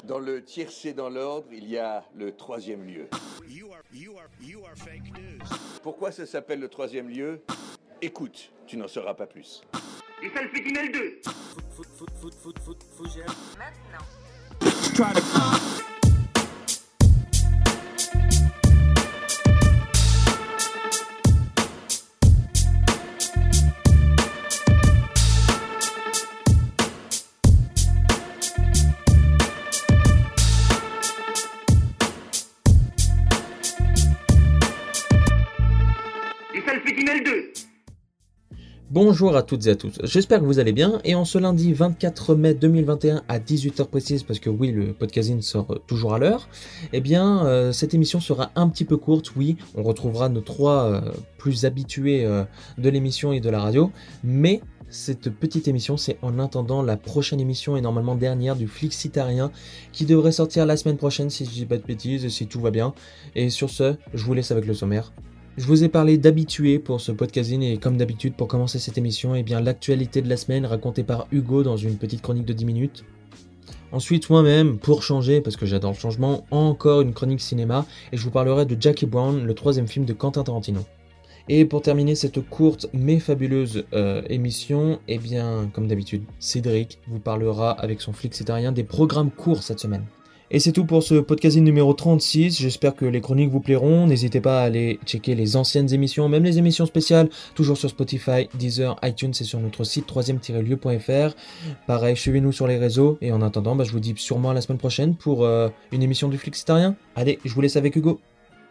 Dans le tiercé dans l'ordre, il y a le troisième lieu. Pourquoi ça s'appelle le troisième lieu ? Écoute, tu n'en sauras pas plus. Et ça le fait tunnel 2. Maintenant. Et ça le fait tunnel 2. Bonjour à toutes et à tous, j'espère que vous allez bien, et en ce lundi 24 mai 2021 à 18h précise, parce que oui, le podcasting sort toujours à l'heure, eh bien cette émission sera un petit peu courte, oui, on retrouvera nos trois plus habitués de l'émission et de la radio, mais cette petite émission, c'est en attendant la prochaine émission et normalement dernière du Flixitarien qui devrait sortir la semaine prochaine si je dis pas de bêtises et si tout va bien, et sur ce, je vous laisse avec le sommaire. Je vous ai parlé d'habitués pour ce podcasting et comme d'habitude pour commencer cette émission, eh bien l'actualité de la semaine racontée par Hugo dans une petite chronique de 10 minutes. Ensuite moi-même, pour changer, parce que j'adore le changement, encore une chronique cinéma et je vous parlerai de Jackie Brown, le troisième film de Quentin Tarantino. Et pour terminer cette courte mais fabuleuse émission, eh bien comme d'habitude, Cédric vous parlera avec son Flixitarien des programmes courts cette semaine. Et c'est tout pour ce podcasting numéro 36, j'espère que les chroniques vous plairont, n'hésitez pas à aller checker les anciennes émissions, même les émissions spéciales, toujours sur Spotify, Deezer, iTunes et sur notre site 3e-lieu.fr. Pareil, suivez-nous sur les réseaux, et en attendant, je vous dis sûrement à la semaine prochaine pour une émission du Flixitarien. Allez, je vous laisse avec Hugo.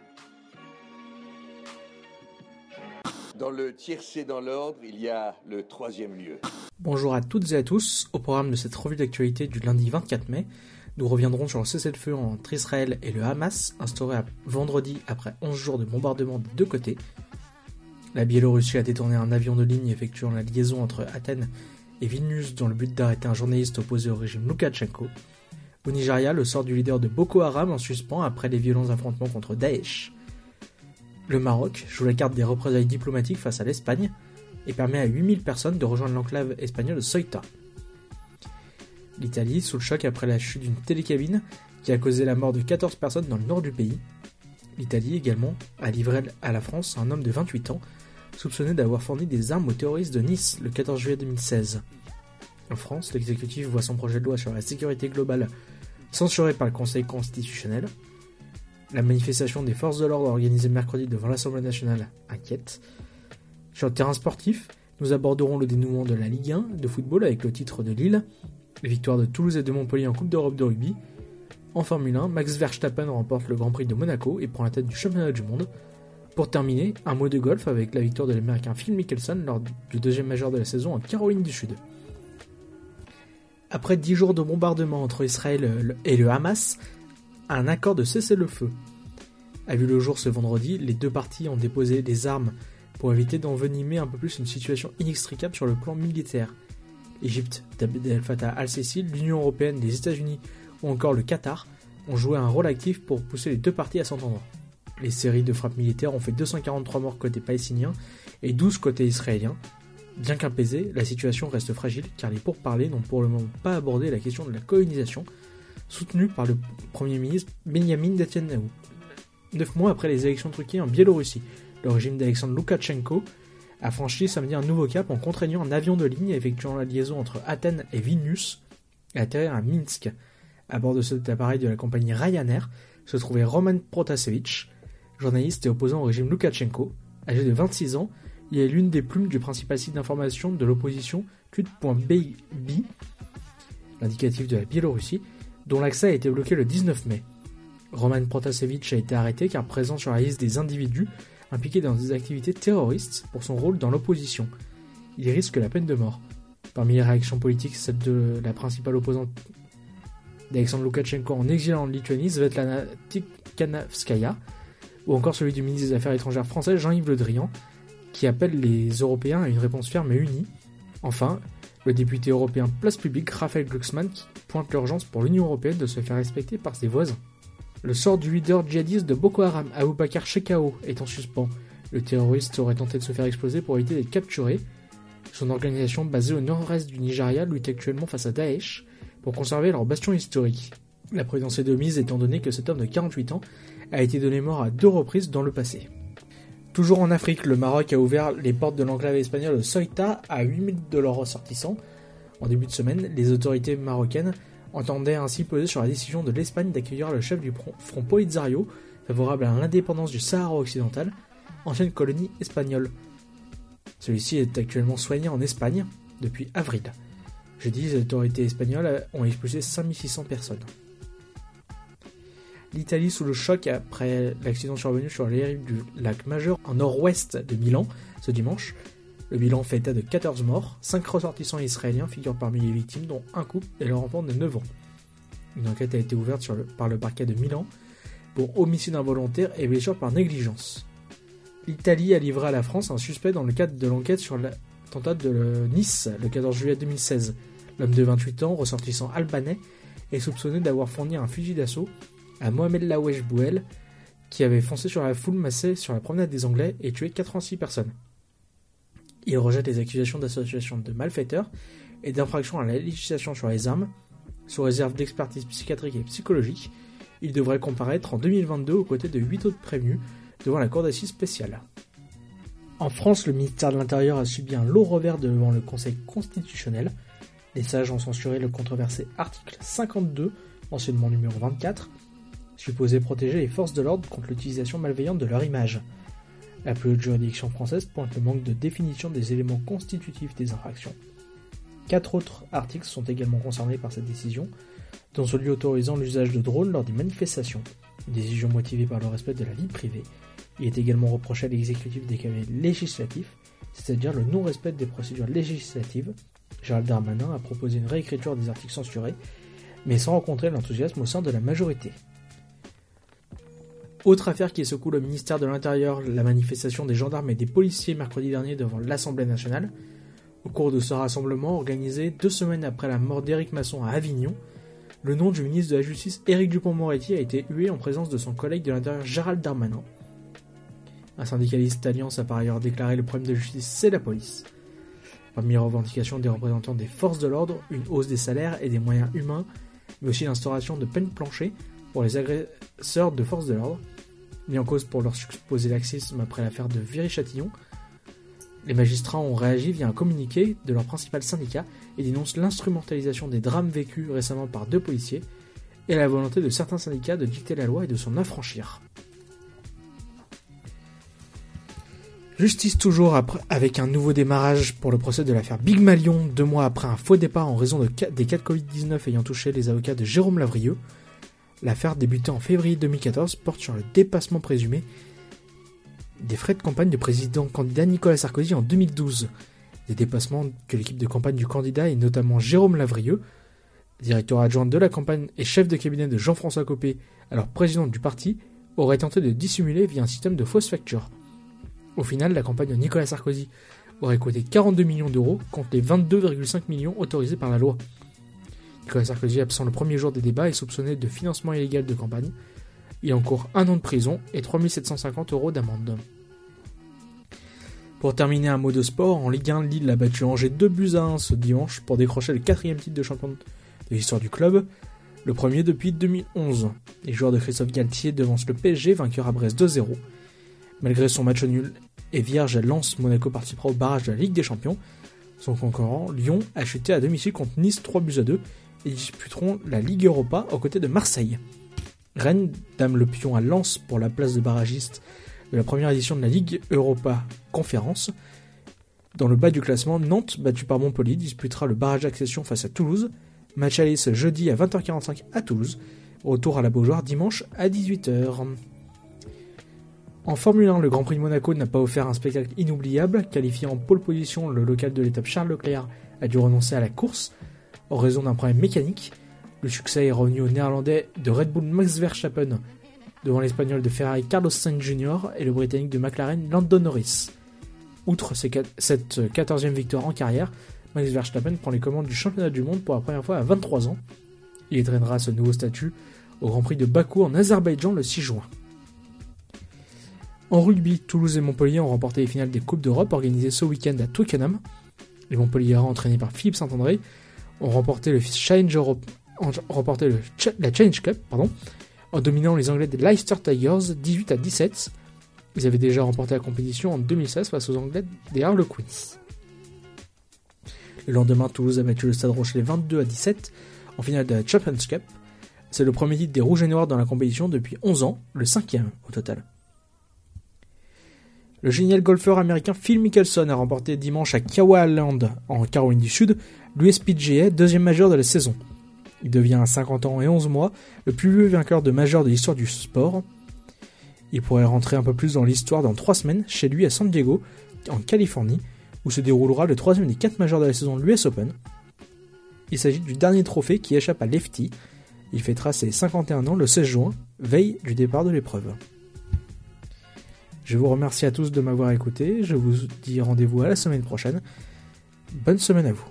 Dans le tiercé dans l'ordre, il y a le troisième lieu. Bonjour à toutes et à tous, au programme de cette revue d'actualité du lundi 24 mai, nous reviendrons sur le cessez-le-feu entre Israël et le Hamas, instauré vendredi après 11 jours de bombardement des deux côtés. La Biélorussie a détourné un avion de ligne effectuant la liaison entre Athènes et Vilnius dans le but d'arrêter un journaliste opposé au régime Loukachenko. Au Nigeria, le sort du leader de Boko Haram en suspens après les violents affrontements contre Daesh. Le Maroc joue la carte des représailles diplomatiques face à l'Espagne et permet à 8000 personnes de rejoindre l'enclave espagnole de Ceuta. L'Italie, sous le choc après la chute d'une télécabine qui a causé la mort de 14 personnes dans le nord du pays. L'Italie également a livré à la France un homme de 28 ans soupçonné d'avoir fourni des armes aux terroristes de Nice le 14 juillet 2016. En France, l'exécutif voit son projet de loi sur la sécurité globale censuré par le Conseil constitutionnel. La manifestation des forces de l'ordre organisée mercredi devant l'Assemblée nationale inquiète. Sur le terrain sportif, nous aborderons le dénouement de la Ligue 1 de football avec le titre de Lille, les victoires de Toulouse et de Montpellier en Coupe d'Europe de rugby. En Formule 1, Max Verstappen remporte le Grand Prix de Monaco et prend la tête du championnat du monde. Pour terminer, un mot de golf avec la victoire de l'Américain Phil Mickelson lors du deuxième major de la saison en Caroline du Sud. Après 10 jours de bombardement entre Israël et le Hamas, un accord de cessez-le-feu a vu le jour ce vendredi. Les deux parties ont déposé des armes pour éviter d'envenimer un peu plus une situation inextricable sur le plan militaire. L'Égypte d'Abdel Fattah al-Sisi, l'Union Européenne, les États-Unis ou encore le Qatar ont joué un rôle actif pour pousser les deux parties à s'entendre. Les séries de frappes militaires ont fait 243 morts côté palestinien et 12 côté israélien. Bien qu'apaisée, la situation reste fragile car les pourparlers n'ont pour le moment pas abordé la question de la colonisation, soutenue par le Premier ministre Benyamin Netanyahu. 9 mois après les élections truquées en Biélorussie, le régime d'Alexandre Loukachenko a franchi samedi un nouveau cap en contraignant un avion de ligne effectuant la liaison entre Athènes et Vilnius et atterrir à Minsk. À bord de cet appareil de la compagnie Ryanair se trouvait Roman Protasevich, journaliste et opposant au régime Loukachenko. Âgé de 26 ans, il est l'une des plumes du principal site d'information de l'opposition Kud.bi, l'indicatif de la Biélorussie, dont l'accès a été bloqué le 19 mai. Roman Protasevich a été arrêté car présent sur la liste des individus impliqué dans des activités terroristes pour son rôle dans l'opposition. Il risque la peine de mort. Parmi les réactions politiques, celle de la principale opposante d'Alexandre Loukachenko en exil en Lituanie, Svetlana Tikhanovskaya, ou encore celui du ministre des Affaires étrangères français Jean-Yves Le Drian, qui appelle les Européens à une réponse ferme et unie. Enfin, le député européen Place Publique Raphaël Glucksmann qui pointe l'urgence pour l'Union européenne de se faire respecter par ses voisins. Le sort du leader djihadiste de Boko Haram, Aboubakar Shekau, est en suspens. Le terroriste aurait tenté de se faire exploser pour éviter d'être capturé. Son organisation, basée au nord-est du Nigeria, lutte actuellement face à Daesh pour conserver leur bastion historique. La prudence est de mise étant donné que cet homme de 48 ans a été donné mort à 2 reprises dans le passé. Toujours en Afrique, le Maroc a ouvert les portes de l'enclave espagnole de Ceuta à 8000 de leurs ressortissants. En début de semaine, les autorités marocaines entendaient ainsi peser sur la décision de l'Espagne d'accueillir le chef du Front Polisario, favorable à l'indépendance du Sahara occidental, ancienne colonie espagnole. Celui-ci est actuellement soigné en Espagne depuis avril. Jeudi, les autorités espagnoles ont expulsé 5600 personnes. L'Italie sous le choc après l'accident survenu sur les rives du lac Majeur en nord-ouest de Milan ce dimanche. Le bilan fait état de 14 morts, 5 ressortissants israéliens figurent parmi les victimes, dont un couple et leur enfant de 9 ans. Une enquête a été ouverte par le parquet de Milan pour homicide involontaire et blessure par négligence. L'Italie a livré à la France un suspect dans le cadre de l'enquête sur l'attentat de Nice le 14 juillet 2016. L'homme de 28 ans, ressortissant albanais, est soupçonné d'avoir fourni un fusil d'assaut à Mohamed Lawesh Bouel, qui avait foncé sur la foule massée sur la promenade des Anglais et tué 86 personnes. Il rejette les accusations d'association de malfaiteurs et d'infraction à la législation sur les armes, sous réserve d'expertise psychiatrique et psychologique. Il devrait comparaître en 2022 aux côtés de 8 autres prévenus devant la cour d'assises spéciale. En France, le ministère de l'Intérieur a subi un lourd revers devant le Conseil constitutionnel. Les sages ont censuré le controversé article 52, anciennement numéro 24, supposé protéger les forces de l'ordre contre l'utilisation malveillante de leur image. La plus haute juridiction française pointe le manque de définition des éléments constitutifs des infractions. 4 autres articles sont également concernés par cette décision, dont celui autorisant l'usage de drones lors des manifestations, une décision motivée par le respect de la vie privée. Il est également reproché à l'exécutif des cavaliers législatifs, c'est-à-dire le non-respect des procédures législatives. Gérald Darmanin a proposé une réécriture des articles censurés, mais sans rencontrer l'enthousiasme au sein de la majorité. Autre affaire qui secoue le ministère de l'Intérieur, la manifestation des gendarmes et des policiers mercredi dernier devant l'Assemblée nationale. Au cours de ce rassemblement, organisé 2 semaines après la mort d'Éric Masson à Avignon, le nom du ministre de la Justice Éric Dupond-Moretti a été hué en présence de son collègue de l'Intérieur Gérald Darmanin. Un syndicaliste Alliance a par ailleurs déclaré le problème de justice, c'est la police. Parmi les revendications des représentants des forces de l'ordre, une hausse des salaires et des moyens humains, mais aussi l'instauration de peines planchées pour les agresseurs de forces de l'ordre, mis en cause pour leur supposé laxisme après l'affaire de Viry-Châtillon. Les magistrats ont réagi via un communiqué de leur principal syndicat et dénoncent l'instrumentalisation des drames vécus récemment par 2 policiers et la volonté de certains syndicats de dicter la loi et de s'en affranchir. Justice toujours avec un nouveau démarrage pour le procès de l'affaire Big Malion, 2 mois après un faux départ en raison des cas de Covid-19 ayant touché les avocats de Jérôme Lavrieux. L'affaire débutée en février 2014 porte sur le dépassement présumé des frais de campagne du président candidat Nicolas Sarkozy en 2012. Des dépassements que l'équipe de campagne du candidat et notamment Jérôme Lavrieux, directeur adjoint de la campagne et chef de cabinet de Jean-François Copé, alors président du parti, aurait tenté de dissimuler via un système de fausses factures. Au final, la campagne de Nicolas Sarkozy aurait coûté 42 millions d'euros contre les 22,5 millions autorisés par la loi. Nicolas Sarkozy, absent le premier jour des débats, est soupçonné de financement illégal de campagne. Il encourt 1 an de prison et 3 750 € d'amende. Pour terminer, un mot de sport, en Ligue 1, Lille a battu Angers 2-1 ce dimanche pour décrocher le 4e titre de champion de l'histoire du club, le premier depuis 2011. Les joueurs de Christophe Galtier devancent le PSG, vainqueur à Brest 2-0. Malgré son match nul et vierge à Lens, Monaco participera au barrage de la Ligue des Champions. Son concurrent, Lyon, a chuté à domicile contre Nice 3-2 et disputeront la Ligue Europa aux côtés de Marseille. Rennes dame le pion à Lens pour la place de barragiste de la première édition de la Ligue Europa Conférence. Dans le bas du classement, Nantes, battu par Montpellier, disputera le barrage d'accession face à Toulouse. Match aller ce jeudi à 20h45 à Toulouse. Retour à la Beaujoire dimanche à 18h. En Formule 1, le Grand Prix de Monaco n'a pas offert un spectacle inoubliable. Qualifié en pole position, le local de l'étape Charles Leclerc a dû renoncer à la course en raison d'un problème mécanique. Le succès est revenu au néerlandais de Red Bull Max Verstappen devant l'espagnol de Ferrari Carlos Sainz Jr. et le britannique de McLaren Lando Norris. Outre cette 14e victoire en carrière, Max Verstappen prend les commandes du championnat du monde pour la première fois à 23 ans. Il entraînera ce nouveau statut au Grand Prix de Bakou en Azerbaïdjan le 6 juin. En rugby, Toulouse et Montpellier ont remporté les finales des Coupes d'Europe organisées ce week-end à Twickenham. Les Montpelliérains, entraînés par Philippe Saint-André, ont remporté le Challenge Europe remporté la Challenge Cup, en dominant les Anglais des Leicester Tigers 18-17. Ils avaient déjà remporté la compétition en 2016 face aux Anglais des Harlequins. Le lendemain, Toulouse a battu le Stade Rochelet 22-17 en finale de la Champions Cup. C'est le premier titre des Rouges et Noirs dans la compétition depuis 11 ans, le 5e au total. Le génial golfeur américain Phil Mickelson a remporté dimanche à Kiawah Land, en Caroline du Sud, l'USPGA, deuxième majeur de la saison. Il devient à 50 ans et 11 mois le plus vieux vainqueur de majeur de l'histoire du sport. Il pourrait rentrer un peu plus dans l'histoire dans 3 semaines chez lui à San Diego, en Californie, où se déroulera le 3e des 4 majeurs de la saison de l'US Open. Il s'agit du dernier trophée qui échappe à Lefty. Il fêtera ses 51 ans le 16 juin, veille du départ de l'épreuve. Je vous remercie à tous de m'avoir écouté, je vous dis rendez-vous à la semaine prochaine. Bonne semaine à vous.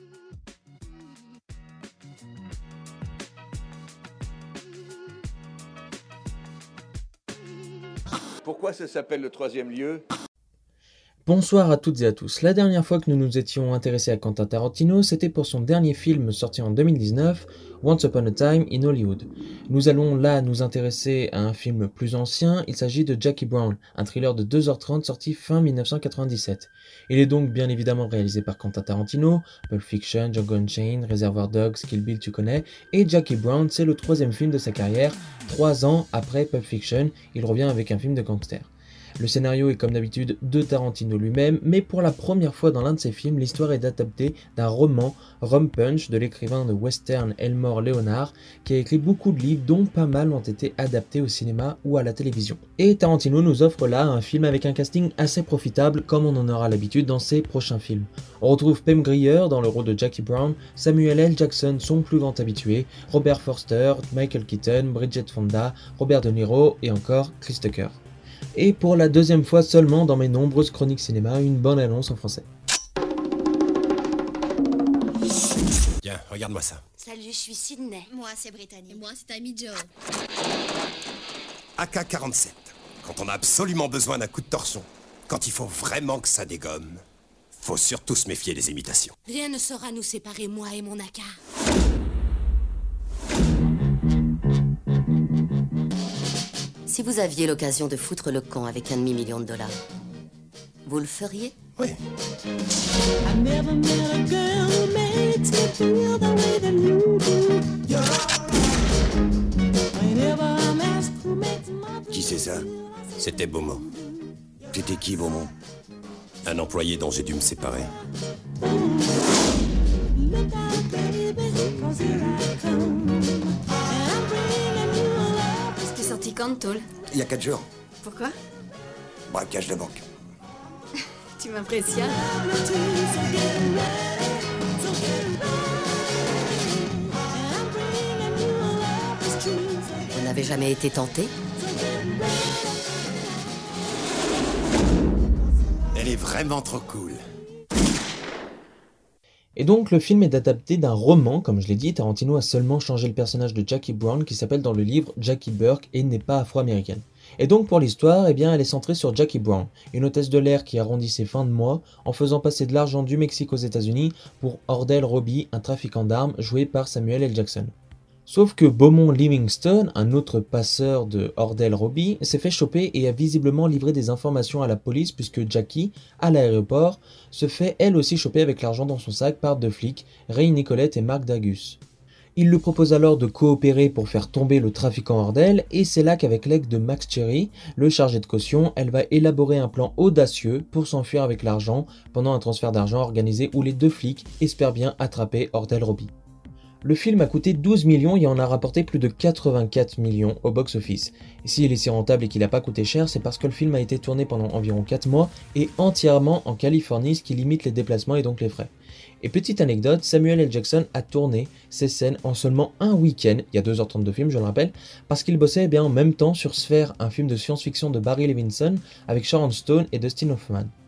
Pourquoi ça s'appelle le troisième lieu? Bonsoir à toutes et à tous. La dernière fois que nous nous étions intéressés à Quentin Tarantino, c'était pour son dernier film sorti en 2019, Once Upon a Time in Hollywood. Nous allons là nous intéresser à un film plus ancien, il s'agit de Jackie Brown, un thriller de 2h30 sorti fin 1997. Il est donc bien évidemment réalisé par Quentin Tarantino, Pulp Fiction, Django Unchained, Reservoir Dogs, Kill Bill tu connais, et Jackie Brown c'est le 3e film de sa carrière, 3 ans après Pulp Fiction, il revient avec un film de gangster. Le scénario est comme d'habitude de Tarantino lui-même, mais pour la première fois dans l'un de ses films, l'histoire est adaptée d'un roman, Rum Punch, de l'écrivain de western Elmore Leonard, qui a écrit beaucoup de livres dont pas mal ont été adaptés au cinéma ou à la télévision. Et Tarantino nous offre là un film avec un casting assez profitable, comme on en aura l'habitude dans ses prochains films. On retrouve Pam Grier dans le rôle de Jackie Brown, Samuel L. Jackson, son plus grand habitué, Robert Forster, Michael Keaton, Bridget Fonda, Robert De Niro et encore Chris Tucker. Et pour la 2e fois seulement dans mes nombreuses chroniques cinéma, une bonne annonce en français. Tiens, regarde-moi ça. Salut, je suis Sydney. Moi, c'est Brittany. Et moi, c'est Amy Joe. AK-47. Quand on a absolument besoin d'un coup de torchon. Quand il faut vraiment que ça dégomme. Faut surtout se méfier des imitations. Rien ne saura nous séparer, moi et mon AK. Si vous aviez l'occasion de foutre le camp avec $1 demi-million, vous le feriez? Oui. Qui c'est ça? C'était Beaumont. C'était qui, Beaumont? Un employé dont j'ai dû me séparer. Sorti quand, Tôle? Il y a 4 jours. Pourquoi? Braquage de banque. Tu m'impressionnes. Vous n'avez jamais été tenté? Elle est vraiment trop cool. Et donc le film est adapté d'un roman, comme je l'ai dit, Tarantino a seulement changé le personnage de Jackie Brown qui s'appelle dans le livre Jackie Burke et n'est pas afro-américaine. Et donc pour l'histoire, eh bien elle est centrée sur Jackie Brown, une hôtesse de l'air qui arrondit ses fins de mois en faisant passer de l'argent du Mexique aux États-Unis pour Ordell Robbie, un trafiquant d'armes joué par Samuel L. Jackson. Sauf que Beaumont Livingstone, un autre passeur de Ordell Robbie, s'est fait choper et a visiblement livré des informations à la police puisque Jackie, à l'aéroport, se fait elle aussi choper avec l'argent dans son sac par 2 flics, Ray Nicolette et Mark Dagus. Il lui propose alors de coopérer pour faire tomber le trafiquant Ordell et c'est là qu'avec l'aide de Max Cherry, le chargé de caution, elle va élaborer un plan audacieux pour s'enfuir avec l'argent pendant un transfert d'argent organisé où les 2 flics espèrent bien attraper Ordell Robbie. Le film a coûté 12 millions et en a rapporté plus de 84 millions au box-office. Et s'il est si rentable et qu'il n'a pas coûté cher, c'est parce que le film a été tourné pendant environ 4 mois et entièrement en Californie, ce qui limite les déplacements et donc les frais. Et petite anecdote, Samuel L. Jackson a tourné ses scènes en seulement un week-end, il y a 2h30 de film je le rappelle, parce qu'il bossait bien en même temps sur Sphere, un film de science-fiction de Barry Levinson avec Sharon Stone et Dustin Hoffman.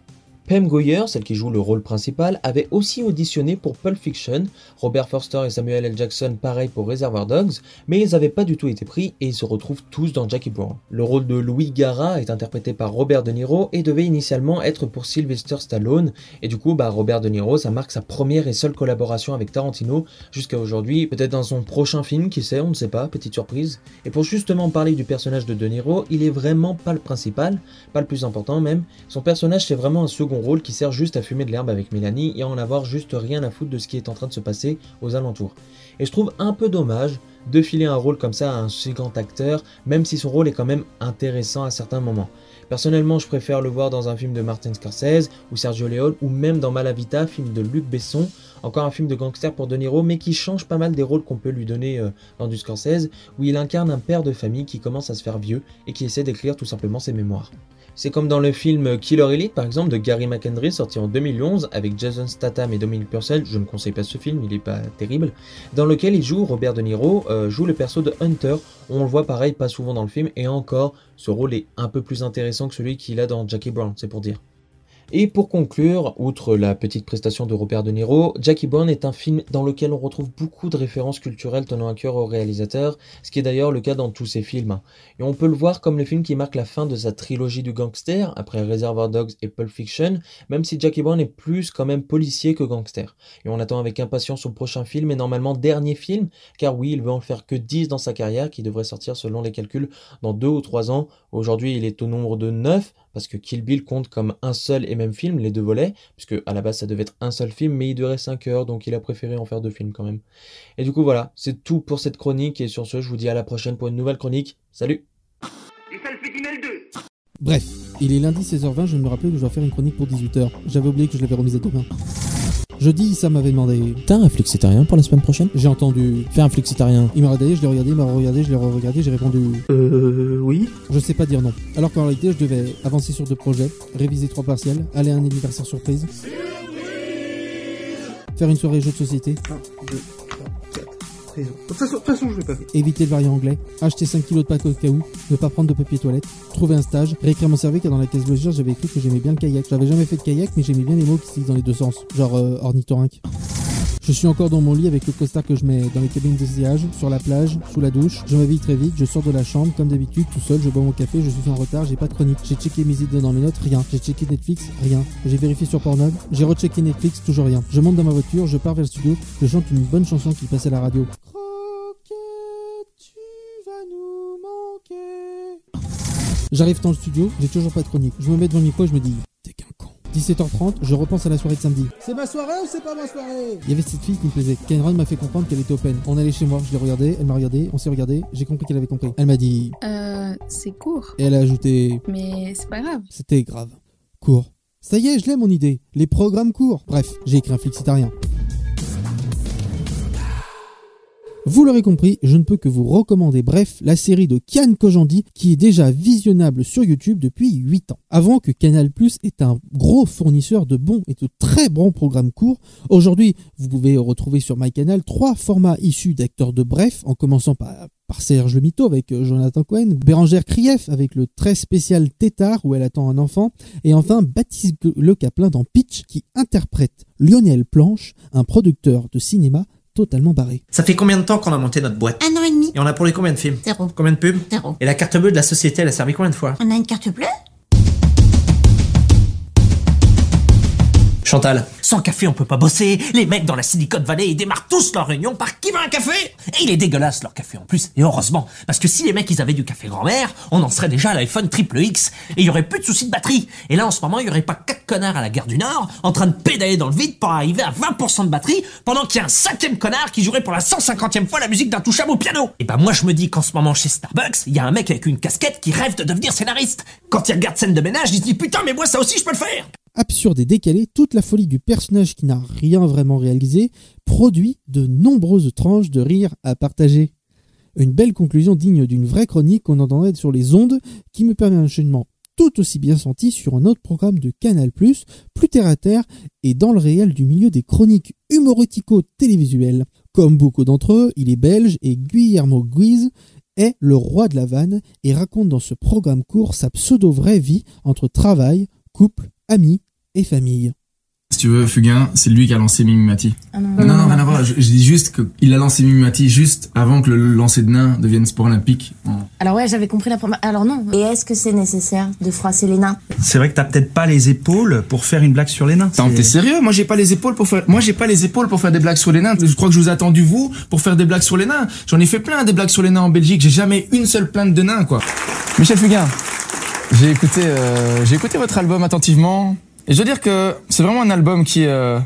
Pam Grier, celle qui joue le rôle principal, avait aussi auditionné pour Pulp Fiction, Robert Forster et Samuel L. Jackson pareil pour Reservoir Dogs, mais ils n'avaient pas du tout été pris et ils se retrouvent tous dans Jackie Brown. Le rôle de Louis Gara est interprété par Robert De Niro et devait initialement être pour Sylvester Stallone, et du coup Robert De Niro, ça marque sa première et seule collaboration avec Tarantino jusqu'à aujourd'hui, peut-être dans son prochain film, qui sait, on ne sait pas, petite surprise. Et pour justement parler du personnage de De Niro, il est vraiment pas le principal, pas le plus important même. Son personnage c'est vraiment un second rôle qui sert juste à fumer de l'herbe avec Mélanie et à en avoir juste rien à foutre de ce qui est en train de se passer aux alentours. Et je trouve un peu dommage de filer un rôle comme ça à un si grand acteur, même si son rôle est quand même intéressant à certains moments. Personnellement, je préfère le voir dans un film de Martin Scorsese ou Sergio Leone ou même dans Malavita, film de Luc Besson, encore un film de gangster pour De Niro, mais qui change pas mal des rôles qu'on peut lui donner dans du Scorsese, où il incarne un père de famille qui commence à se faire vieux et qui essaie d'écrire tout simplement ses mémoires. C'est comme dans le film Killer Elite par exemple de Gary McHenry sorti en 2011 avec Jason Statham et Dominic Purcell, je ne conseille pas ce film, il est pas terrible, dans lequel il joue, Robert De Niro joue le perso de Hunter, on le voit pareil pas souvent dans le film et encore ce rôle est un peu plus intéressant que celui qu'il a dans Jackie Brown, c'est pour dire. Et pour conclure, outre la petite prestation de Robert De Niro, Jackie Brown est un film dans lequel on retrouve beaucoup de références culturelles tenant à cœur au réalisateur, ce qui est d'ailleurs le cas dans tous ses films. Et on peut le voir comme le film qui marque la fin de sa trilogie du gangster, après Reservoir Dogs et Pulp Fiction, même si Jackie Brown est plus quand même policier que gangster. Et on attend avec impatience son prochain film et normalement dernier film, car oui, il veut en faire que 10 dans sa carrière, qui devrait sortir selon les calculs dans 2 ou 3 ans. Aujourd'hui, il est au nombre de 9, parce que Kill Bill compte comme un seul et même film, les 2 volets, puisque à la base ça devait être un seul film, mais il durait 5 heures, donc il a préféré en faire 2 films quand même. Et du coup voilà, c'est tout pour cette chronique, et sur ce, je vous dis à la prochaine pour une nouvelle chronique. Salut! Du Salpêtinel 2. Bref, il est lundi 16h20, je me rappelais que je dois faire une chronique pour 18h. J'avais oublié que je l'avais remise à demain. Jeudi, ça m'avait demandé... T'as un flexitarien pour la semaine prochaine? J'ai entendu... Fais un flexitarien. Il m'a regardé, je l'ai regardé, il m'a re-regardé, je l'ai re-regardé, j'ai répondu... Oui. Je sais pas dire non. Alors qu'en réalité, je devais avancer sur 2 projets, réviser 3 partiels, aller à un anniversaire surprise, faire une soirée jeu de société... 1, 2, 3, 4... De toute façon, je vais pas faire. Éviter le variant anglais, acheter 5 kilos de pâtes au cas où, ne pas prendre de papier toilette, trouver un stage, réécrire mon CV car dans la case logique j'avais écrit que j'aimais bien le kayak. J'avais jamais fait de kayak mais j'aimais bien les mots qui se disent dans les 2 sens, genre ornithorynque. Je suis encore dans mon lit avec le costard que je mets dans les cabines d'essayage, sur la plage, sous la douche. Je m'habille très vite, je sors de la chambre comme d'habitude, tout seul, je bois mon café, je suis en retard, j'ai pas de chronique. J'ai checké mes idées dans mes notes, rien. J'ai checké Netflix, rien. J'ai vérifié sur Pornhub, j'ai rechecké Netflix, toujours rien. Je monte dans ma voiture, je pars vers le studio, je chante une bonne chanson qui passait à la radio. J'arrive dans le studio, j'ai toujours pas de chronique. Je me mets devant le micro et je me dis, t'es qu'un con. 17h30, je repense à la soirée de samedi. C'est ma soirée ou c'est pas ma soirée? Il y avait cette fille qui me plaisait. Cameron m'a fait comprendre qu'elle était open. On allait chez moi, je l'ai regardée, elle m'a regardé, on s'est regardé, j'ai compris qu'elle avait compris. Elle m'a dit... c'est court. Et elle a ajouté... Mais c'est pas grave. C'était grave. Court. Ça y est, je l'ai mon idée. Les programmes courts. Bref, j'ai écrit un flexitarien. Vous l'aurez compris, je ne peux que vous recommander Bref, la série de Kian Kojandi qui est déjà visionnable sur YouTube depuis 8 ans. Avant que Canal+ est un gros fournisseur de bons et de très bons programmes courts, aujourd'hui vous pouvez retrouver sur MyCanal 3 formats issus d'acteurs de Bref, en commençant par Serge Le Mito avec Jonathan Cohen, Bérangère Krief avec le très spécial Tétard où elle attend un enfant, et enfin Baptiste Le Caplin dans Pitch qui interprète Lionel Planche, un producteur de cinéma totalement barré. Ça fait combien de temps qu'on a monté notre boîte? 1 an et demi. Et on a produit combien de films? 0. Combien de pubs? 0. Et la carte bleue de la société, elle a servi combien de fois? On a une carte bleue? Chantal, sans café on peut pas bosser. Les mecs dans la Silicon Valley ils démarrent tous leur réunion par qui veut un café? Et il est dégueulasse leur café en plus. Et heureusement, parce que si les mecs ils avaient du café grand-mère, on en serait déjà à l'iPhone XXX et il y aurait plus de soucis de batterie. Et là en ce moment il y aurait pas 4 connards à la gare du Nord en train de pédaler dans le vide pour arriver à 20% de batterie pendant qu'il y a un 5e connard qui jouerait pour la 150e fois la musique d'Intouchable au piano. Et bah moi je me dis qu'en ce moment chez Starbucks, il y a un mec avec une casquette qui rêve de devenir scénariste. Quand il regarde Scène de ménage, il se dit putain mais moi ça aussi je peux le faire. Absurde et décalé, toute la folie du personnage qui n'a rien vraiment réalisé produit de nombreuses tranches de rire à partager. Une belle conclusion digne d'une vraie chronique qu'on entendrait sur les ondes qui me permet un enchaînement tout aussi bien senti sur un autre programme de Canal+, plus terre à terre et dans le réel du milieu des chroniques humoristico-télévisuelles. Comme beaucoup d'entre eux, il est belge et Guillermo Guise est le roi de la vanne et raconte dans ce programme court sa pseudo-vraie vie entre travail, couple, amis et famille. Si tu veux, Fugain, c'est lui qui a lancé Mimimati. Ah non, rien à voir. Je dis juste qu'il a lancé Mimimati juste avant que le lancer de nains devienne sport olympique. Alors ouais, j'avais compris la première... Alors non. Et est-ce que c'est nécessaire de froisser les nains? C'est vrai que t'as peut-être pas les épaules pour faire une blague sur les nains. T'es sérieux? Moi j'ai pas les épaules pour faire des blagues sur les nains. Je crois que je vous ai attendu vous pour faire des blagues sur les nains. J'en ai fait plein des blagues sur les nains en Belgique. J'ai jamais une seule plainte de nains, quoi. Michel Fugain, j'ai écouté votre album attentivement. Et je veux dire que c'est vraiment un album qui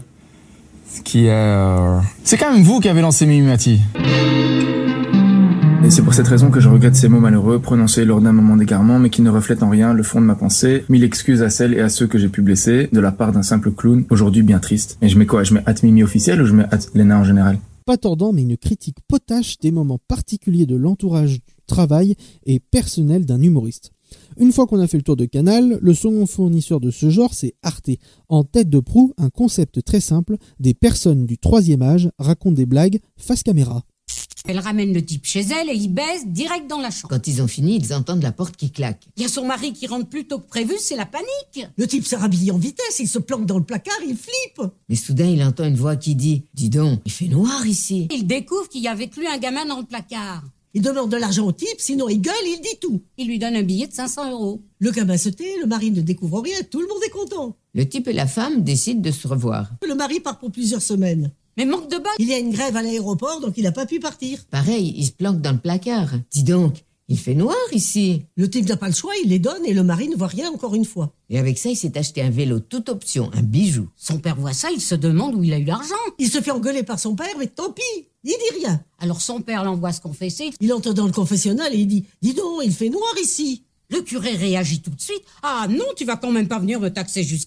c'est quand même vous qui avez lancé Mimimati. Et c'est pour cette raison que je regrette ces mots malheureux prononcés lors d'un moment d'égarement, mais qui ne reflètent en rien le fond de ma pensée. Mille excuses à celles et à ceux que j'ai pu blesser, de la part d'un simple clown, aujourd'hui bien triste. Et je mets quoi? Je mets @Mimi officiel ou je mets @Lena en général? Pas tordant, mais une critique potache des moments particuliers de l'entourage du travail et personnel d'un humoriste. Une fois qu'on a fait le tour de Canal, le second fournisseur de ce genre, c'est Arte. En tête de proue, un concept très simple, des personnes du troisième âge racontent des blagues face caméra. Elle ramène le type chez elle et ils baissent direct dans la chambre. Quand ils ont fini, ils entendent la porte qui claque. Il y a son mari qui rentre plus tôt que prévu, c'est la panique. Le type s'est rhabillé en vitesse, il se planque dans le placard, il flippe. Mais soudain, il entend une voix qui dit « Dis donc, il fait noir ici !» Il découvre qu'il y a avec lui un gamin dans le placard. Il demande de l'argent au type, sinon il gueule, il dit tout. Il lui donne un billet de 500 €. Le gamin se tait, le mari ne découvre rien, tout le monde est content. Le type et la femme décident de se revoir. Le mari part pour plusieurs semaines. Mais manque de bol. Il y a une grève à l'aéroport, donc il n'a pas pu partir. Pareil, il se planque dans le placard. Dis donc, il fait noir ici. Le type n'a pas le choix, il les donne et le mari ne voit rien encore une fois. Et avec ça, il s'est acheté un vélo toute option, un bijou. Son père voit ça, il se demande où il a eu l'argent. Il se fait engueuler par son père, mais tant pis, il dit rien. Alors son père l'envoie se confesser. Il entre dans le confessionnal et il dit « Dis donc, il fait noir ici !» Le curé réagit tout de suite. « Ah non, tu vas quand même pas venir me taxer jusqu'ici !»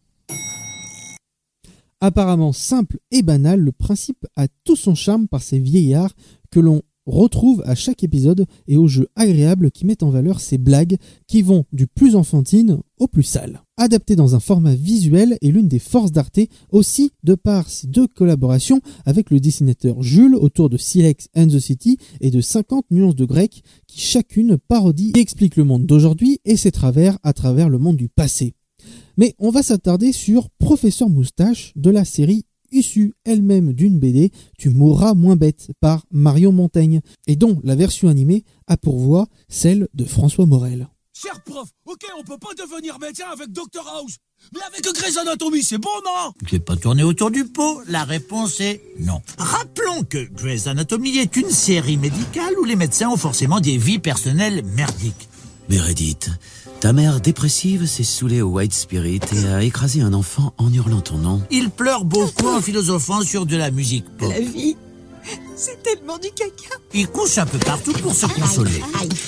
Apparemment simple et banal, le principe a tout son charme par ces vieillards que l'on retrouve à chaque épisode et aux jeux agréables qui mettent en valeur ces blagues qui vont du plus enfantine au plus sale. Adapté dans un format visuel est l'une des forces d'Arte, aussi de par ses deux collaborations avec le dessinateur Jules autour de Silex and the City et de 50 nuances de grec qui chacune parodie et explique le monde d'aujourd'hui et ses travers à travers le monde du passé. Mais on va s'attarder sur Professeur Moustache de la série issue elle-même d'une BD Tu mourras moins bête par Marion Montaigne et dont la version animée a pour voix celle de François Morel. Cher prof, ok, on peut pas devenir médecin avec Dr House, mais avec Grey's Anatomy, c'est bon, non? Je vais pas tourner autour du pot, la réponse est non. Rappelons que Grey's Anatomy est une série médicale où les médecins ont forcément des vies personnelles merdiques. Meredith, ta mère dépressive s'est saoulée au White Spirit et a écrasé un enfant en hurlant ton nom. Il pleure beaucoup en philosophant sur de la musique pop. La vie, c'est tellement du caca. Il couche un peu partout pour se consoler.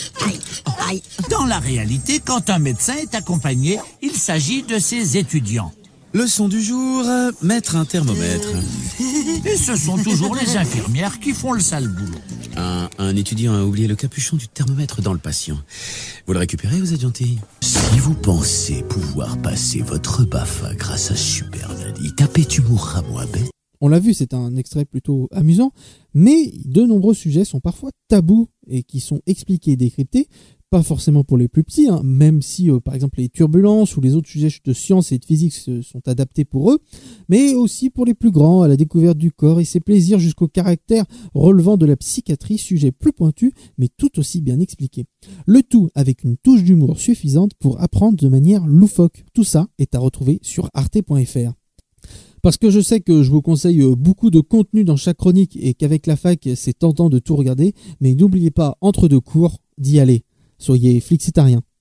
Aïe. Dans la réalité, quand un médecin est accompagné, il s'agit de ses étudiants. Leçon du jour, mettre un thermomètre. Et ce sont toujours les infirmières qui font le sale boulot. Un étudiant a oublié le capuchon du thermomètre dans le patient. Vous le récupérez, vous êtes gentil? Si vous pensez pouvoir passer votre BAFA grâce à Super Nanny, tapez Tu mourras moins bête. On l'a vu, c'est un extrait plutôt amusant, mais de nombreux sujets sont parfois tabous et qui sont expliqués et décryptés, pas forcément pour les plus petits, même si par exemple les turbulences ou les autres sujets de science et de physique sont adaptés pour eux, mais aussi pour les plus grands, à la découverte du corps et ses plaisirs jusqu'au caractère relevant de la psychiatrie, sujet plus pointu mais tout aussi bien expliqué. Le tout avec une touche d'humour suffisante pour apprendre de manière loufoque. Tout ça est à retrouver sur arte.fr. Parce que je sais que je vous conseille beaucoup de contenu dans chaque chronique et qu'avec la fac c'est tentant de tout regarder, mais n'oubliez pas entre deux cours d'y aller. Soyez flexitariens.